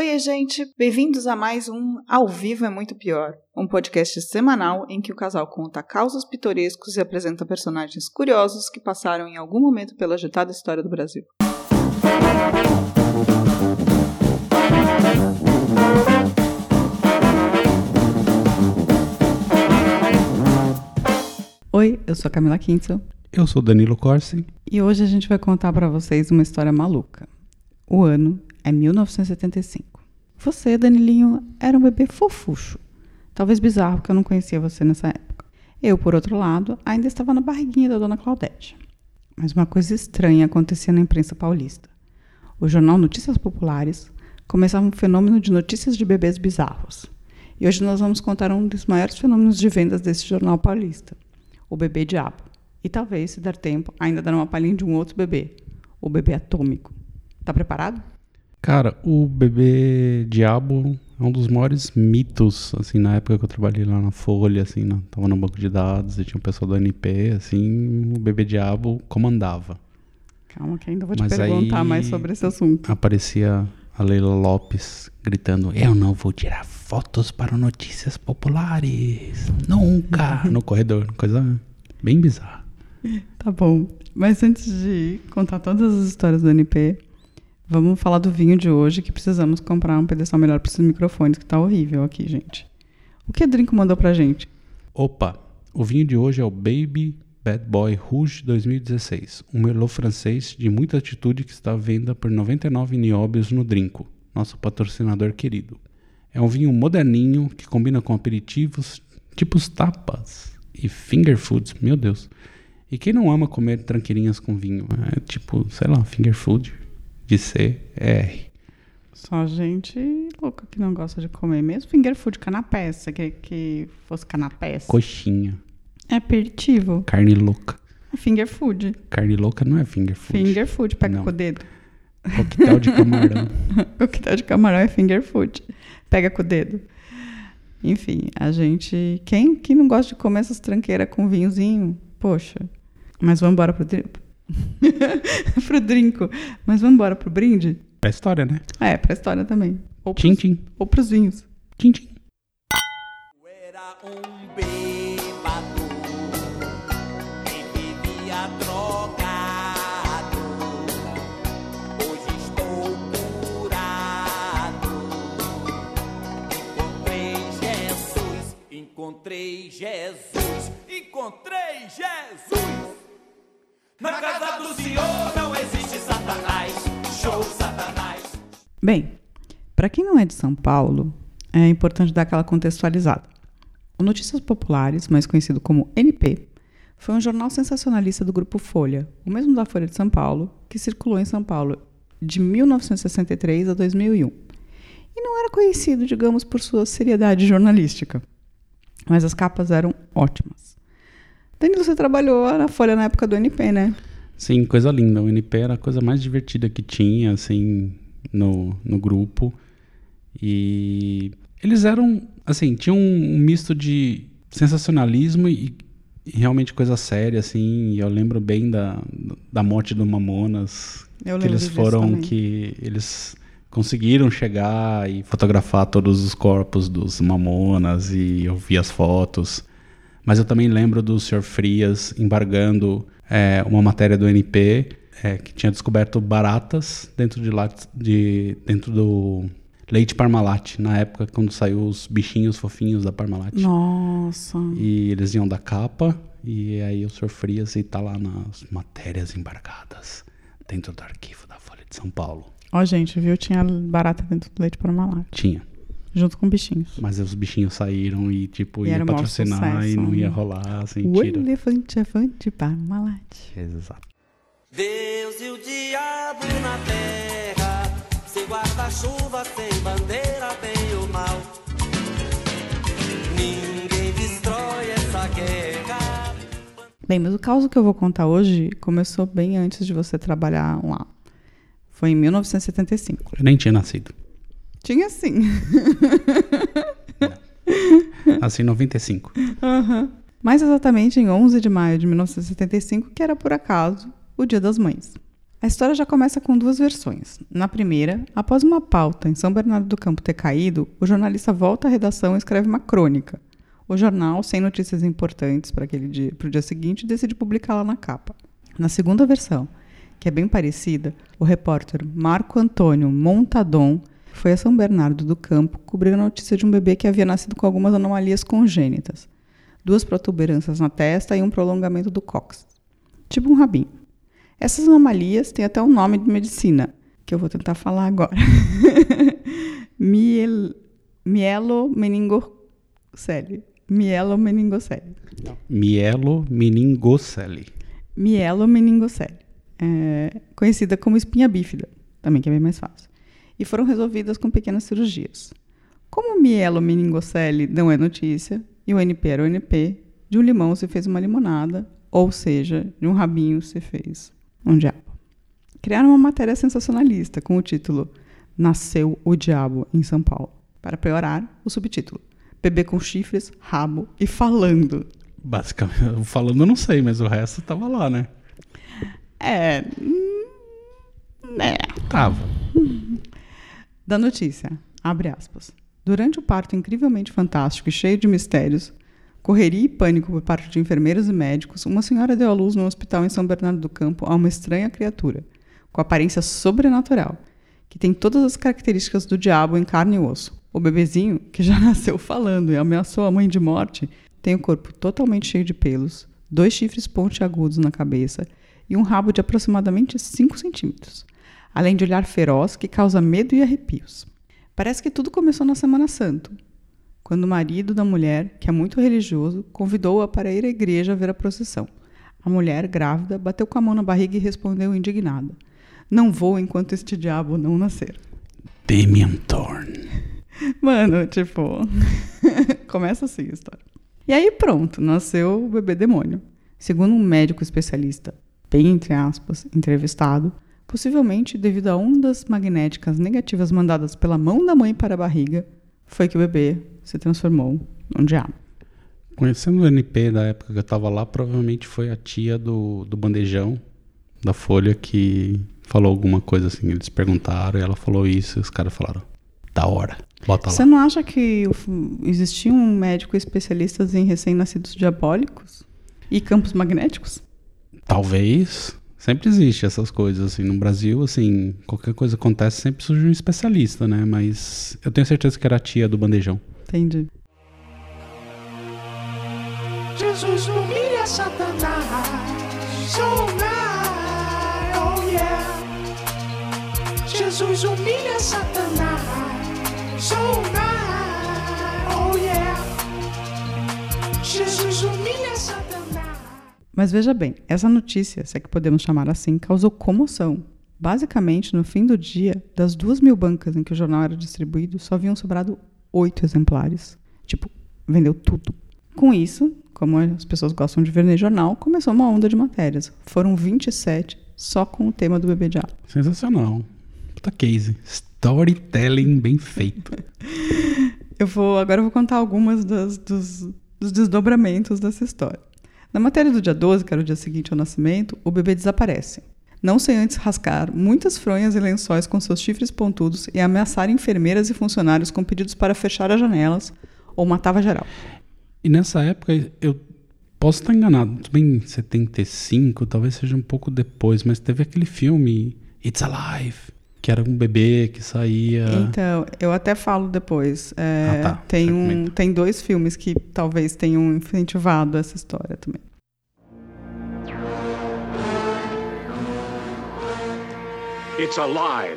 Oi, gente! Bem-vindos a mais um Ao Vivo é Muito Pior, um podcast semanal em que o casal conta causos pitorescos e apresenta personagens curiosos que passaram em algum momento pela agitada história do Brasil. Oi, eu sou a Camila Kintzel. Eu sou Danilo Corsi. E hoje a gente vai contar para vocês uma história maluca. O ano é 1975. Você, Danilinho, era um bebê fofucho. Talvez bizarro, porque eu não conhecia você nessa época. Eu, por outro lado, ainda estava na barriguinha da dona Claudete. Mas uma coisa estranha acontecia na imprensa paulista. O jornal Notícias Populares começava um fenômeno de notícias de bebês bizarros. E hoje nós vamos contar um dos maiores fenômenos de vendas desse jornal paulista. O bebê diabo. E talvez, se der tempo, ainda dar uma palhinha de um outro bebê. O bebê atômico. Tá preparado? Cara, o bebê diabo é um dos maiores mitos, assim, na época que eu trabalhei lá na Folha, assim, tava no banco de dados e tinha um pessoal do NP, assim, o bebê diabo comandava. Calma que ainda vou te perguntar mais sobre esse assunto. Aparecia a Leila Lopes gritando, eu não vou tirar fotos para Notícias Populares, nunca, no corredor, coisa bem bizarra. Tá bom, mas antes de contar todas as histórias do NP, vamos falar do vinho de hoje, que precisamos comprar um pedestal melhor para esses microfones, que tá horrível aqui, gente. O que a Drinco mandou pra gente? Opa, o vinho de hoje é o Baby Bad Boy Rouge 2016, um merlot francês de muita atitude que está à venda por 99 nióbios no Drinco, nosso patrocinador querido. É um vinho moderninho que combina com aperitivos, tipos tapas e finger foods, meu Deus. E quem não ama comer tranqueirinhas com vinho? É tipo, sei lá, finger food de CR. Só gente louca que não gosta de comer. Mesmo finger food, canapé. Você quer que fosse canapé? Coxinha. É aperitivo. Carne louca. Finger food. Carne louca não é finger food. Finger food, pega não. com o dedo. Coquetel de camarão. Coquetel de camarão é finger food. Pega com o dedo. Enfim, a gente... Quem não gosta de comer essas tranqueiras com vinhozinho? Poxa. Mas vamos embora pro pro drinco. Mas vamos embora pro brinde? Pra história, né? É, pra história também. Tchim-tchim. Ou pros vinhos. Tchim-tchim. Era bêbado e vivia drogado. Hoje estou curado. Encontrei Jesus. Na casa do Senhor não existe Satanás. Show Satanás. Bem, para quem não é de São Paulo, é importante dar aquela contextualizada. O Notícias Populares, mais conhecido como NP, foi um jornal sensacionalista do Grupo Folha, o mesmo da Folha de São Paulo, que circulou em São Paulo de 1963 a 2001. E não era conhecido, digamos, por sua seriedade jornalística. Mas as capas eram ótimas. Danilo, você trabalhou na Folha na época do NP, né? Sim, coisa linda. O NP era a coisa mais divertida que tinha, assim, no grupo. E eles eram, assim, tinham um misto de sensacionalismo e realmente coisa séria, assim. E eu lembro bem da morte do Mamonas. Eu que eles foram, também. que eles conseguiram chegar e fotografar todos os corpos dos Mamonas e eu vi as fotos. Mas eu também lembro do Sr. Frias embargando uma matéria do NP que tinha descoberto baratas dentro do leite Parmalat, na época quando saiu os bichinhos fofinhos da Parmalat. Nossa! E eles iam da capa e aí o Sr. Frias tá lá nas matérias embargadas dentro do arquivo da Folha de São Paulo. Ó, gente, viu? Tinha barata dentro do leite Parmalat. Tinha. Junto com bichinhos. Mas os bichinhos saíram e, tipo, ia era patrocinar sucesso, e não ia né? rolar, assim, O tira. elefante Parmalat. Exato. Deus e o diabo na terra, sem guarda-chuva, sem bandeira, bem ou mal. Ninguém destrói essa guerra. Bem, mas o caso que eu vou contar hoje começou bem antes de você trabalhar lá. Foi em 1975. Eu nem tinha nascido. Tinha sim. Nasci em 95. Uhum. Mais exatamente em 11 de maio de 1975, que era por acaso o Dia das Mães. A história já começa com 2 versões. Na primeira, após uma pauta em São Bernardo do Campo ter caído, o jornalista volta à redação e escreve uma crônica. O jornal, sem notícias importantes para o dia seguinte, decide publicá-la na capa. Na segunda versão, que é bem parecida, o repórter Marco Antônio Montadon foi a São Bernardo do Campo cobrir a notícia de um bebê que havia nascido com algumas anomalias congênitas. 2 protuberâncias na testa e um prolongamento do cóccix. Tipo um rabinho. Essas anomalias têm até um nome de medicina, que eu vou tentar falar agora. Mielomeningocele. Mielomeningocele. Mielomeningocele. Conhecida como espinha bífida, também que é bem mais fácil. E foram resolvidas com pequenas cirurgias. Como mielomeningocele não é notícia, e o NP era o NP, de um limão se fez uma limonada, ou seja, de um rabinho se fez um diabo. Criaram uma matéria sensacionalista com o título Nasceu o Diabo em São Paulo. Para piorar, o subtítulo Bebê com chifres, rabo e falando. Basicamente, falando eu não sei, mas o resto tava lá, né? Tava. Da notícia, abre aspas. Durante o parto incrivelmente fantástico e cheio de mistérios, correria e pânico por parte de enfermeiros e médicos, uma senhora deu à luz no hospital em São Bernardo do Campo a uma estranha criatura, com aparência sobrenatural, que tem todas as características do diabo em carne e osso. O bebezinho, que já nasceu falando e ameaçou a mãe de morte, tem o corpo totalmente cheio de pelos, 2 chifres pontiagudos na cabeça e um rabo de aproximadamente 5 centímetros, além de olhar feroz que causa medo e arrepios. Parece que tudo começou na Semana Santa, quando o marido da mulher, que é muito religioso, convidou-a para ir à igreja ver a procissão. A mulher, grávida, bateu com a mão na barriga e respondeu indignada: "Não vou enquanto este diabo não nascer." Damien Thorne. Mano, tipo... começa assim a história. E aí pronto, nasceu o bebê demônio. Segundo um médico especialista, bem entre aspas, entrevistado, possivelmente devido a ondas magnéticas negativas mandadas pela mão da mãe para a barriga, foi que o bebê se transformou num diabo. Conhecendo o NP da época que eu tava lá, provavelmente foi a tia do bandejão da Folha que falou alguma coisa assim. Eles perguntaram e ela falou isso e os caras falaram: da hora, bota lá. Você não acha que existia um médico especialista em recém-nascidos diabólicos e campos magnéticos? Talvez. Sempre existe essas coisas, assim, no Brasil, assim, qualquer coisa acontece, sempre surge um especialista, né, mas eu tenho certeza que era a tia do bandejão. Entendi. Jesus humilha Satanás, so nice, oh yeah. Jesus humilha Satanás, so nice, oh yeah. Jesus humilha Satanás. Mas veja bem, essa notícia, se é que podemos chamar assim, causou comoção. Basicamente, no fim do dia, das 2.000 bancas em que o jornal era distribuído, só haviam sobrado 8 exemplares. Tipo, vendeu tudo. Com isso, como as pessoas gostam de ver no jornal, começou uma onda de matérias. Foram 27 só com o tema do bebê diabo. Sensacional. Puta case. Storytelling bem feito. Agora eu vou contar algumas dos desdobramentos dessa história. Na matéria do dia 12, que era o dia seguinte ao nascimento, o bebê desaparece. Não sem antes rascar muitas fronhas e lençóis com seus chifres pontudos e ameaçar enfermeiras e funcionários com pedidos para fechar as janelas ou matava geral. E nessa época, eu posso estar enganado, também em 75, talvez seja um pouco depois, mas teve aquele filme It's Alive, que era um bebê que saía... Então, eu até falo depois. Tá. Tem 2 filmes que talvez tenham incentivado essa história também. It's alive.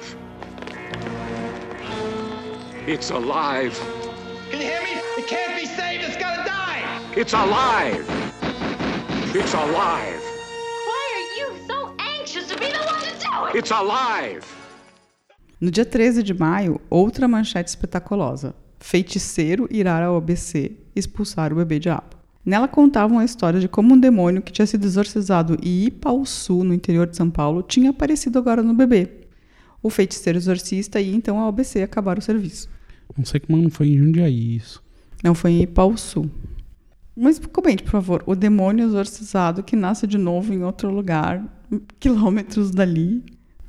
It's alive. Can you hear me? It can't be saved. It's gotta die. It's alive. It's alive. Why are you so anxious to be the one to do it? It's alive. No dia 13 de maio, outra manchete espetaculosa. Feiticeiro irá ao ABC expulsar o bebê diabo. Nela contavam a história de como um demônio que tinha sido exorcizado em Ipaussu, no interior de São Paulo, tinha aparecido agora no bebê. O feiticeiro exorcista ia então ao ABC acabar o serviço. Não sei como não foi em Jundiaí isso. Não, foi em Ipaussu. Mas comente, por favor, o demônio exorcizado que nasce de novo em outro lugar, quilômetros dali.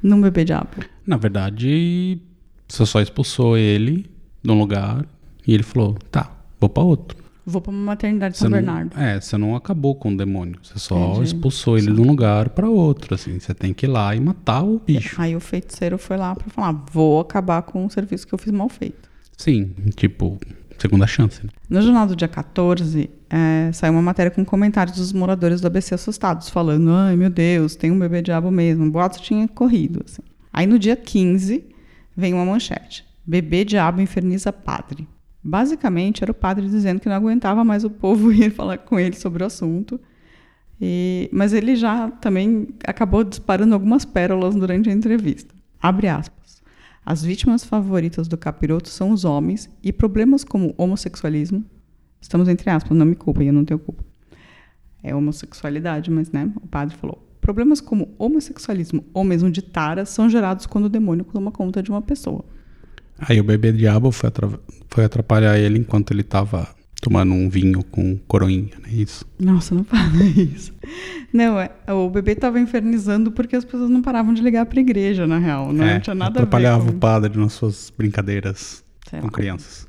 num bebê diabo? Na verdade, você só expulsou ele de um lugar e ele falou, tá, vou pra outro. Vou pra uma maternidade de São Bernardo. Você não acabou com o demônio. Você só Entendi. expulsou ele de um lugar pra outro, assim. Você tem que ir lá e matar o bicho. Aí o feiticeiro foi lá pra falar, vou acabar com o serviço que eu fiz mal feito. Sim, tipo, segunda chance. Né? No jornal do dia 14, saiu uma matéria com comentários dos moradores do ABC assustados, falando, ai meu Deus, tem um bebê diabo mesmo. O boato tinha corrido, assim. Aí no dia 15, vem uma manchete. Bebê diabo inferniza padre. Basicamente, era o padre dizendo que não aguentava mais o povo ir falar com ele sobre o assunto. Mas ele já também acabou disparando algumas pérolas durante a entrevista. Abre aspas. As vítimas favoritas do capiroto são os homens e problemas como homossexualismo, estamos entre aspas, não me culpem, eu não tenho culpa. É homossexualidade, mas né, o padre falou. Problemas como homossexualismo ou mesmo de tara são gerados quando o demônio toma conta de uma pessoa. Aí o bebê diabo foi atrapalhar ele enquanto ele tava tomando um vinho com coroinha, não é isso? Nossa, não fala isso. Não, o bebê tava infernizando porque as pessoas não paravam de ligar pra igreja, na real. Não tinha nada a ver atrapalhava com... o padre nas suas brincadeiras Sei com lá. crianças.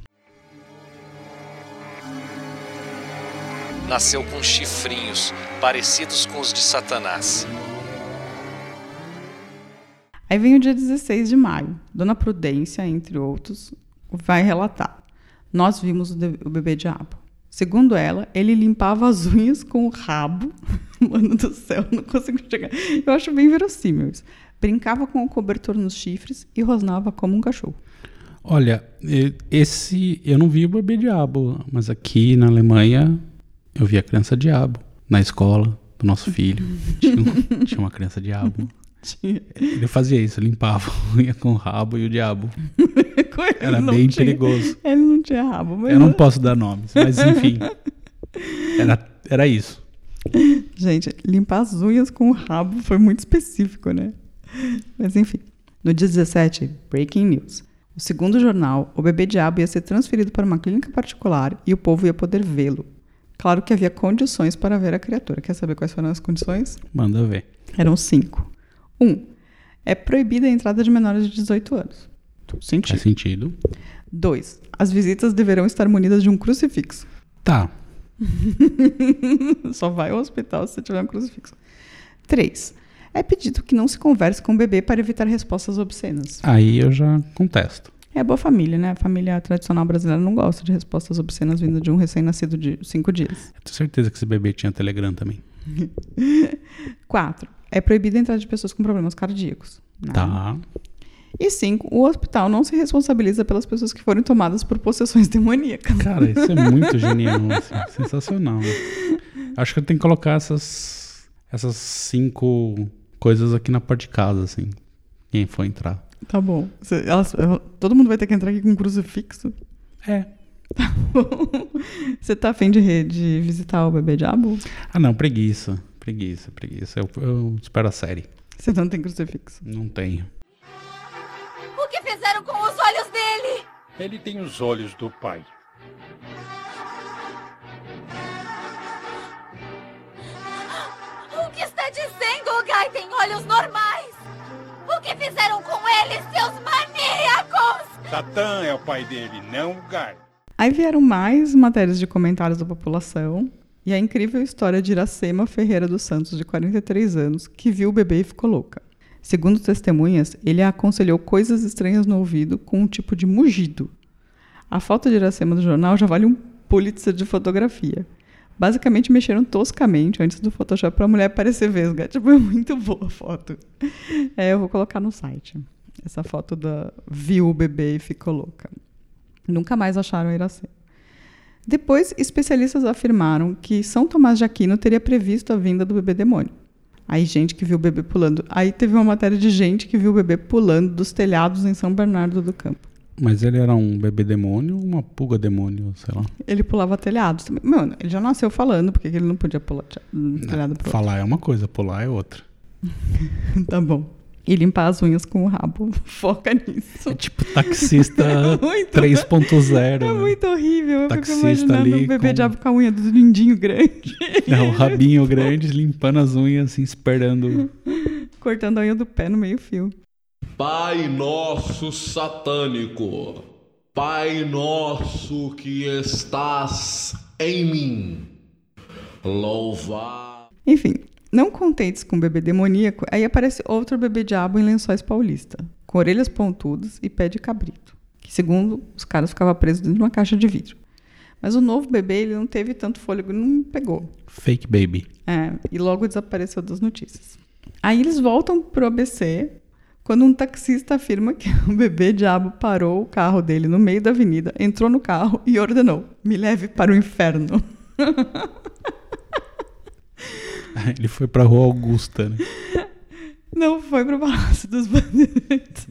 Nasceu com chifrinhos, parecidos com os de Satanás. Aí vem o dia 16 de maio. Dona Prudência, entre outros, vai relatar. Nós vimos o bebê diabo. Segundo ela, ele limpava as unhas com o rabo. Mano do céu, não consigo chegar. Eu acho bem verossímil isso. Brincava com o cobertor nos chifres e rosnava como um cachorro. Olha, eu não vi o bebê diabo, mas aqui na Alemanha eu vi a criança diabo. Na escola do nosso filho tinha uma criança diabo. Ele fazia isso, limpava a unha com o rabo e o diabo. Era bem perigoso. Ele não tinha rabo. Mas eu não posso dar nomes, mas enfim. Era isso. Gente, limpar as unhas com o rabo foi muito específico, né? Mas enfim. No dia 17, breaking news. O segundo jornal, o bebê diabo ia ser transferido para uma clínica particular e o povo ia poder vê-lo. Claro que havia condições para ver a criatura. Quer saber quais foram as condições? Manda ver. Eram 5. 1. É proibida a entrada de menores de 18 anos. Sentido. Faz sentido. 2. As visitas deverão estar munidas de um crucifixo. Tá. Só vai ao hospital se você tiver um crucifixo. 3. É pedido que não se converse com o bebê para evitar respostas obscenas. Aí eu já contesto. É boa família, né? A família tradicional brasileira não gosta de respostas obscenas vindas de um recém-nascido de 5 dias. Eu tenho certeza que esse bebê tinha Telegram também. 4. É proibida a entrada de pessoas com problemas cardíacos. Né? Tá. E 5. O hospital não se responsabiliza pelas pessoas que forem tomadas por possessões demoníacas. Cara, isso é muito genial, assim, sensacional. Acho que eu tenho que colocar essas 5 coisas aqui na parte de casa, assim. Quem for entrar. Tá bom. Todo mundo vai ter que entrar aqui com um crucifixo? É. Tá bom. Você tá afim de visitar o bebê diabo? Ah, não, preguiça. Eu espero a série. Você não tem crucifixo? Não tenho. O que fizeram com os olhos dele? Ele tem os olhos do pai. O que está dizendo? O Guy tem olhos normais. O que fizeram com ele, seus maníacos? Satã é o pai dele, não o Guy. Aí vieram mais matérias de comentários da população e a incrível história de Iracema Ferreira dos Santos, de 43 anos, que viu o bebê e ficou louca. Segundo testemunhas, ele a aconselhou coisas estranhas no ouvido com um tipo de mugido. A foto de Iracema do jornal já vale um Pulitzer de fotografia. Basicamente mexeram toscamente antes do Photoshop para a mulher parecer vesga. Tipo, é muito boa a foto. Eu vou colocar no site. Essa foto da viu o bebê e ficou louca. Nunca mais acharam a Iracema. Depois, especialistas afirmaram que São Tomás de Aquino teria previsto a vinda do bebê demônio. Aí gente que viu o bebê pulando. Aí teve uma matéria de gente que viu o bebê pulando dos telhados em São Bernardo do Campo. Mas ele era um bebê demônio ou uma pulga demônio, sei lá? Ele pulava telhados também. Mano, ele já nasceu falando, porque ele não podia pular telhado pro outro. Falar é uma coisa, pular é outra. Tá bom. E limpar as unhas com o rabo. Foca nisso. É tipo taxista muito, 3.0. É né? muito horrível. Eu Taxista fico imaginando ali o bebê com- diabo com a unha do lindinho grande. Não, o rabinho grande, limpando as unhas, assim, esperando. Cortando a unha do pé no meio fio. Pai nosso satânico, Pai nosso que estás em mim, louvar... Enfim, não contentes com o bebê demoníaco, aí aparece outro bebê diabo em Lençóis Paulista, com orelhas pontudas e pé de cabrito, que segundo os caras ficava preso dentro de uma caixa de vidro. Mas o novo bebê, ele não teve tanto fôlego, não pegou. Fake baby. E logo desapareceu das notícias. Aí eles voltam pro ABC, quando um taxista afirma que o bebê diabo parou o carro dele no meio da avenida, entrou no carro e ordenou: me leve para o inferno. Ele foi pra Rua Augusta, né? Não, foi pro Palácio dos Bandeirantes.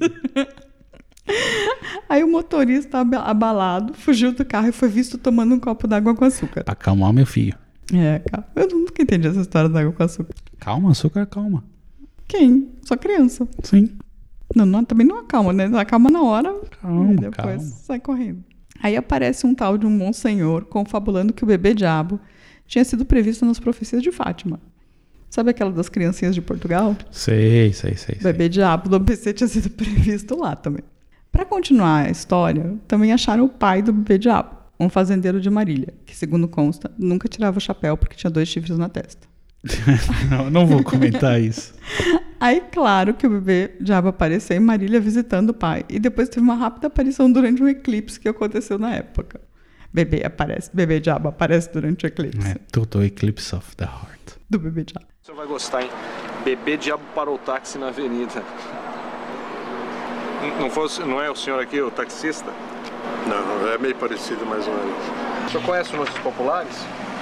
Aí o motorista, abalado, fugiu do carro e foi visto tomando um copo d'água com açúcar. Pra acalmar meu filho. Calma. Eu nunca entendi essa história da água com açúcar. Calma, açúcar, calma. Quem? Só criança. Sim. Não, também não acalma, né? Acalma na hora Calma, e depois sai correndo. Aí aparece um tal de um monsenhor confabulando que o bebê diabo tinha sido previsto nas profecias de Fátima. Sabe aquela das criancinhas de Portugal? Sei. O bebê diabo do ABC tinha sido previsto lá também. Para continuar a história, também acharam o pai do bebê diabo, um fazendeiro de Marília, que, segundo consta, nunca tirava o chapéu porque tinha 2 chifres na testa. não vou comentar isso. Aí, claro que o bebê diabo apareceu em Marília visitando o pai, e depois teve uma rápida aparição durante um eclipse que aconteceu na época. Bebê diabo aparece durante o eclipse. Total Eclipse of the Heart. Do bebê diabo. O senhor vai gostar, hein? Bebê diabo parou o táxi na avenida. Não é o senhor aqui, o taxista? Não, é meio parecido mais ou menos. O senhor conhece Notícias Populares?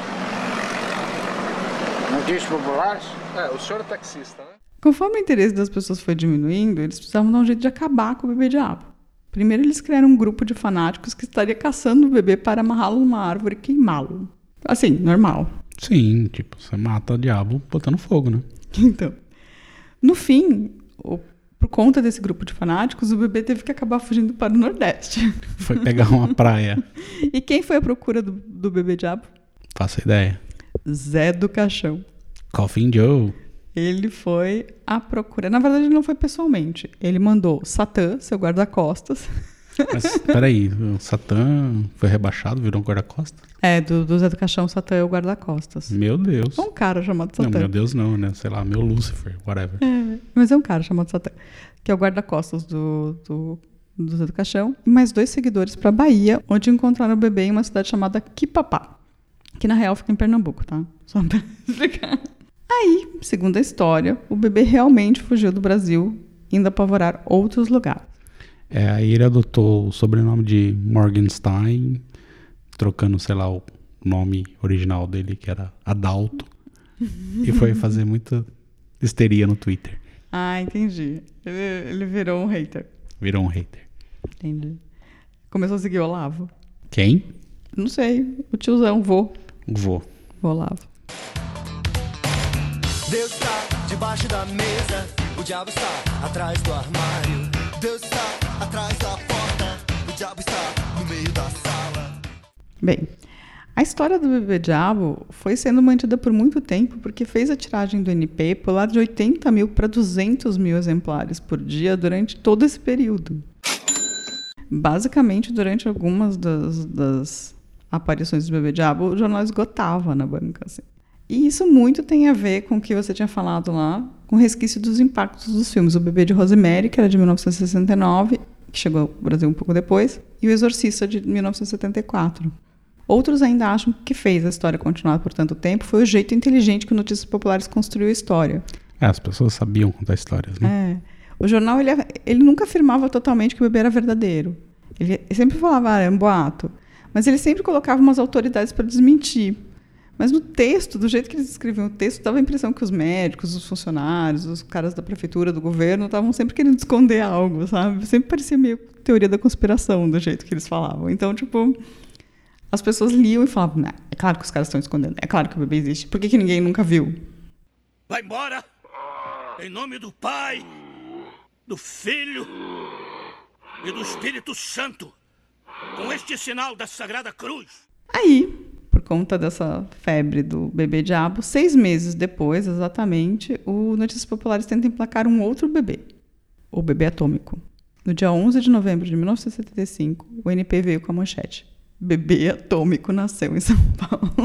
Notícias Populares? O senhor é taxista, né? Conforme o interesse das pessoas foi diminuindo, eles precisavam dar um jeito de acabar com o bebê diabo. Primeiro eles criaram um grupo de fanáticos que estaria caçando o bebê para amarrá-lo numa árvore e queimá-lo. Assim, normal. Sim, tipo, você mata o diabo botando fogo, né? Então, no fim, por conta desse grupo de fanáticos, o bebê teve que acabar fugindo para o Nordeste. Foi pegar uma praia. E quem foi à procura do bebê diabo? Faço ideia. Zé do Caixão. Coffin Joe. Ele foi à procura. Na verdade, ele não foi pessoalmente. Ele mandou Satã, seu guarda-costas. Mas, peraí, o Satã foi rebaixado, virou um guarda-costas? Do Zé do Caixão, Satã é o guarda-costas. Meu Deus. É um cara chamado Satã. Não, meu Deus não, né? Sei lá, meu Lúcifer, whatever. Mas é um cara chamado Satã, que é o guarda-costas do Zé do Caixão. E mais 2 seguidores para Bahia, onde encontraram o bebê em uma cidade chamada Quipapá, que na real fica em Pernambuco, tá? Só para explicar. Aí, segundo a história, o bebê realmente fugiu do Brasil, indo apavorar outros lugares. Aí ele adotou o sobrenome de Morgenstein, trocando, sei lá, o nome original dele, que era Adalto, e foi fazer muita histeria no Twitter. Entendi. Ele virou um hater. Virou um hater. Entendi. Começou a seguir o Olavo. Quem? Não sei. O tiozão, vô. Vô. O Olavo. Deus está debaixo da mesa, o diabo está atrás do armário. Deus está atrás da porta, o diabo está no meio da sala. Bem, a história do bebê diabo foi sendo mantida por muito tempo porque fez a tiragem do NP pular de 80 mil para 200 mil exemplares por dia durante todo esse período. Basicamente, durante algumas das aparições do bebê diabo, o jornal esgotava na banca, assim. E isso muito tem a ver com o que você tinha falado lá, com o resquício dos impactos dos filmes. O Bebê de Rosemary, que era de 1969, que chegou ao Brasil um pouco depois, e O Exorcista, de 1974. Outros ainda acham que o que fez a história continuar por tanto tempo foi o jeito inteligente que o Notícias Populares construiu a história. As pessoas sabiam contar histórias, né? O jornal, ele nunca afirmava totalmente que o bebê era verdadeiro. Ele sempre falava, é um boato. Mas ele sempre colocava umas autoridades para desmentir. Mas no texto, do jeito que eles escreviam o texto, dava a impressão que os médicos, os funcionários, os caras da prefeitura, do governo, estavam sempre querendo esconder algo, sabe? Sempre parecia meio teoria da conspiração, do jeito que eles falavam. Então, tipo, as pessoas liam e falavam, né, é claro que os caras estão escondendo, é claro que o bebê existe, por que ninguém nunca viu? Vai embora! Em nome do Pai, do Filho e do Espírito Santo, com este sinal da Sagrada Cruz. Aí, por conta dessa febre do bebê diabo, 6 meses depois, exatamente, o Notícias Populares tenta emplacar um outro bebê. o bebê atômico. No dia 11 de novembro de 1975, o NP veio com a manchete: bebê atômico nasceu em São Paulo.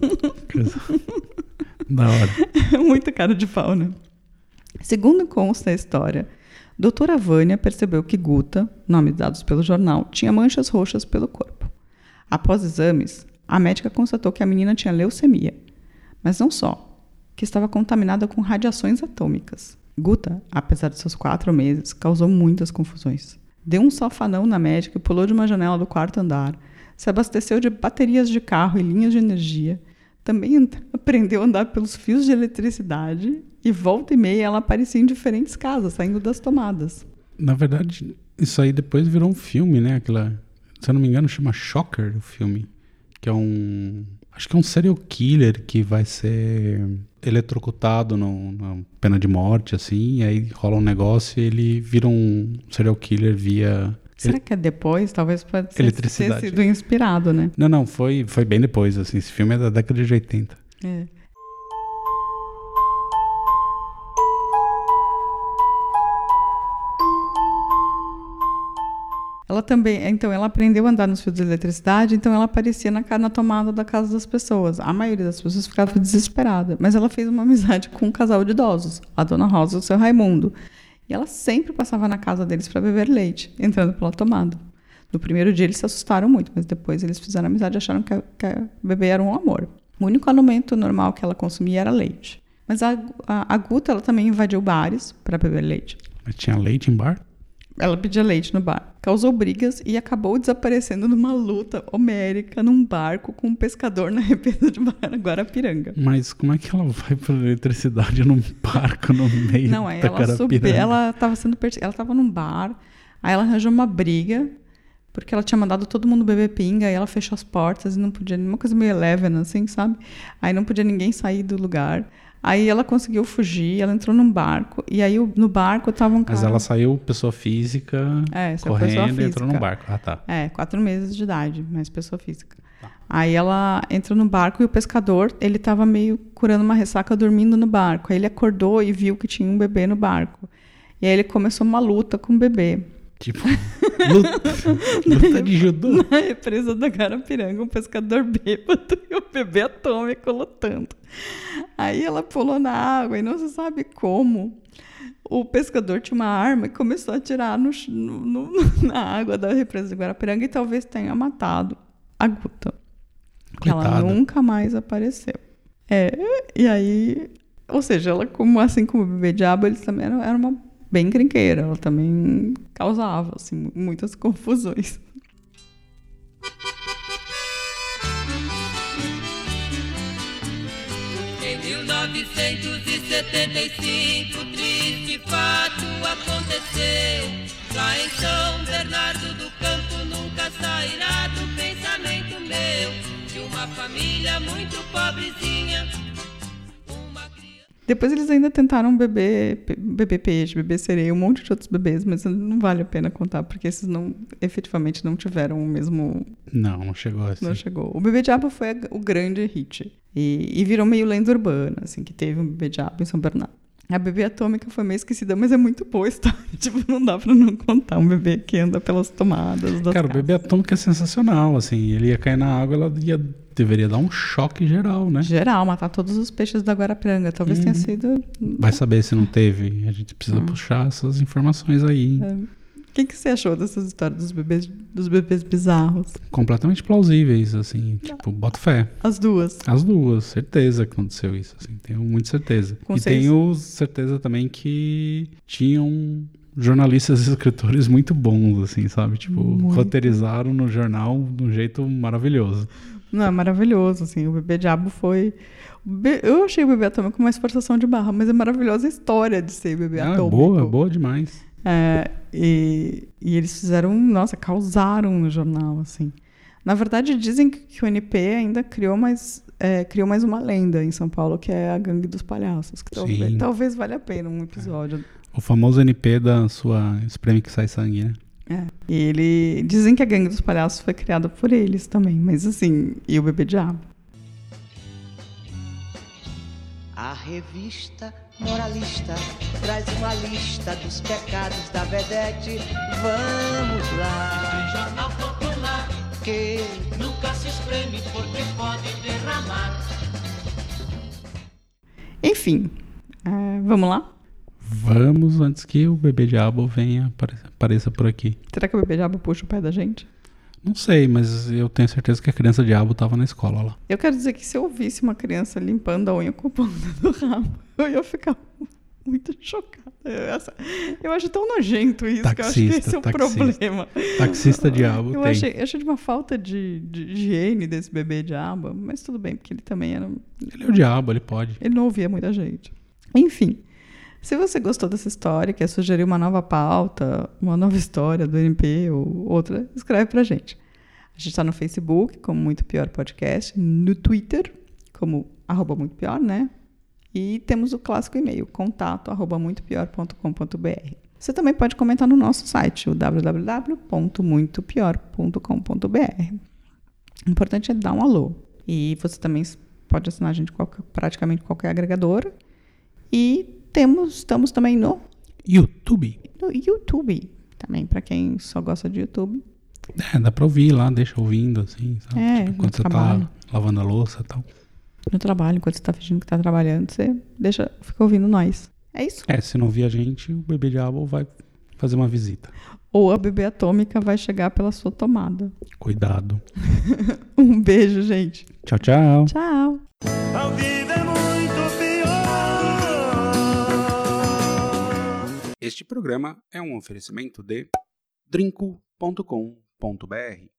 Da hora. Muito cara de pau, né? Segundo consta a história, doutora Vânia percebeu que Guta, nome dados pelo jornal, tinha manchas roxas pelo corpo. Após exames, a médica constatou que a menina tinha leucemia. Mas não só, que estava contaminada com radiações atômicas. Guta, apesar de seus 4 meses, causou muitas confusões. Deu um salfanão na médica e pulou de uma janela do 4º andar. Se abasteceu de baterias de carro e linhas de energia. Também aprendeu a andar pelos fios de eletricidade. E volta e meia ela aparecia em diferentes casas, saindo das tomadas. Na verdade, isso aí depois virou um filme, né? Se eu não me engano, chama Shocker, o filme. Que é acho que é um serial killer que vai ser eletrocutado na pena de morte, assim. E aí rola um negócio e ele vira um serial killer via... Será que é depois? Talvez pode ter sido inspirado, né? Não, foi bem depois, assim. Esse filme é da década de 80. É. Ela também, então, ela aprendeu a andar nos fios de eletricidade, então ela aparecia na tomada da casa das pessoas. A maioria das pessoas ficava desesperada, mas ela fez uma amizade com um casal de idosos, a Dona Rosa e o seu Raimundo. E ela sempre passava na casa deles para beber leite, entrando pela tomada. No primeiro dia eles se assustaram muito, mas depois eles fizeram amizade e acharam que a bebê era um amor. O único alimento normal que ela consumia era leite. Mas a Guta, ela também invadiu bares para beber leite. Mas tinha leite em bar? Ela pedia leite no bar. Causou brigas e acabou desaparecendo numa luta homérica num barco com um pescador na represa de Guarapiranga. Mas como é que ela vai pra eletricidade num barco no meio da Guarapiranga? Ela estava num bar, aí ela arranjou uma briga, porque ela tinha mandado todo mundo beber pinga, aí ela fechou as portas e não podia, uma coisa meio Eleven, assim, sabe? Aí não podia ninguém sair do lugar. Aí ela conseguiu fugir, ela entrou num barco, e aí no barco tava um cara... Mas ela saiu pessoa física, correndo e entrou num barco. Ah, tá. 4 meses de idade, mas pessoa física. Tá. Aí ela entrou no barco e o pescador, ele tava meio curando uma ressaca, dormindo no barco. Aí ele acordou e viu que tinha um bebê no barco. E aí ele começou uma luta com o bebê. Tipo, luta de judô. Na represa da Guarapiranga, um pescador bêbado e o bebê atômico lutando. Aí ela pulou na água e não se sabe como. O pescador tinha uma arma e começou a atirar na água da represa de Guarapiranga e talvez tenha matado a Guta. Ela nunca mais apareceu. E aí... Ou seja, ela, assim como o bebê diabo, eles também eram uma... bem encrenqueira, ela também causava assim, muitas confusões. Em 1975, triste fato aconteceu. Lá em São Bernardo do Campo nunca sairá do pensamento meu de uma família muito pobrezinha. Depois eles ainda tentaram bebê peixe, bebê sereia, um monte de outros bebês, mas não vale a pena contar, porque esses efetivamente não tiveram o mesmo... Não chegou assim. Não chegou. O Bebê Diabo foi o grande hit. E virou meio lenda urbana, assim, que teve um Bebê Diabo em São Bernardo. A Bebê Atômica foi meio esquecida, mas é muito boa a história. Tipo, não dá pra não contar um bebê que anda pelas tomadas das Cara, casas. O Bebê Atômico é sensacional, assim. Ele ia cair na água, deveria dar um choque geral, né? Geral, matar todos os peixes da Guarapiranga. Talvez tenha sido... Vai saber se não teve. A gente precisa puxar essas informações aí. O que você achou dessas histórias dos bebês bizarros? Completamente plausíveis, assim. Tipo, boto fé. As duas, certeza que aconteceu isso, assim. Tenho muita certeza. Tenho certeza também que tinham jornalistas e escritores muito bons, assim, sabe? Tipo, roteirizaram no jornal de um jeito maravilhoso. Não, é maravilhoso, assim. O Bebê Diabo foi... Eu achei o Bebê Atômico uma esforçação de barra, mas é maravilhosa a história de ser Bebê Atômico. É boa demais. E eles fizeram... Nossa, causaram no jornal, assim. Na verdade, dizem que o NP ainda criou mais uma lenda em São Paulo, que é a Gangue dos Palhaços. Que talvez valha a pena um episódio. O famoso NP da sua Espreme que Sai Sangue, né? E dizem que a Gangue dos Palhaços foi criada por eles também, mas assim, e o Bebê Diabo. A revista moralista traz uma lista dos pecados da vedete. Vamos lá. Jornal Popular que nunca se espreme porque pode derramar. Enfim, vamos lá? Vamos, antes que o Bebê Diabo apareça por aqui. Será que o Bebê Diabo puxa o pé da gente? Não sei, mas eu tenho certeza que a criança diabo estava na escola lá. Eu quero dizer que se eu ouvisse uma criança limpando a unha com a ponta do rabo, eu ia ficar muito chocada. Eu acho tão nojento isso, que eu acho que esse é o problema. Taxista diabo eu achei de uma falta de higiene desse bebê diabo, mas tudo bem, porque ele também era... Ele é o diabo, ele pode. Ele não ouvia muita gente. Enfim, se você gostou dessa história, quer sugerir uma nova pauta, uma nova história do NP ou outra, escreve pra gente. A gente tá no Facebook como Muito Pior Podcast, no Twitter como @muitopior, né? E temos o clássico e-mail, contato@muitopior.com.br. Você também pode comentar no nosso site, o www.muitopior.com.br. O importante é dar um alô. E você também pode assinar a gente praticamente qualquer agregador. E estamos também no YouTube. No YouTube também, para quem só gosta de YouTube. Dá pra ouvir lá, deixa ouvindo, assim, sabe? Tipo, quando você tá lavando a louça e tal. No trabalho, enquanto você tá fingindo que tá trabalhando, você fica ouvindo nós. É isso? Se não vir a gente, o Bebê Diabo vai fazer uma visita. Ou a bebê atômica vai chegar pela sua tomada. Cuidado. Um beijo, gente. Tchau, tchau. Tchau. A vida é muito pior. Este programa é um oferecimento de drinco.com.br.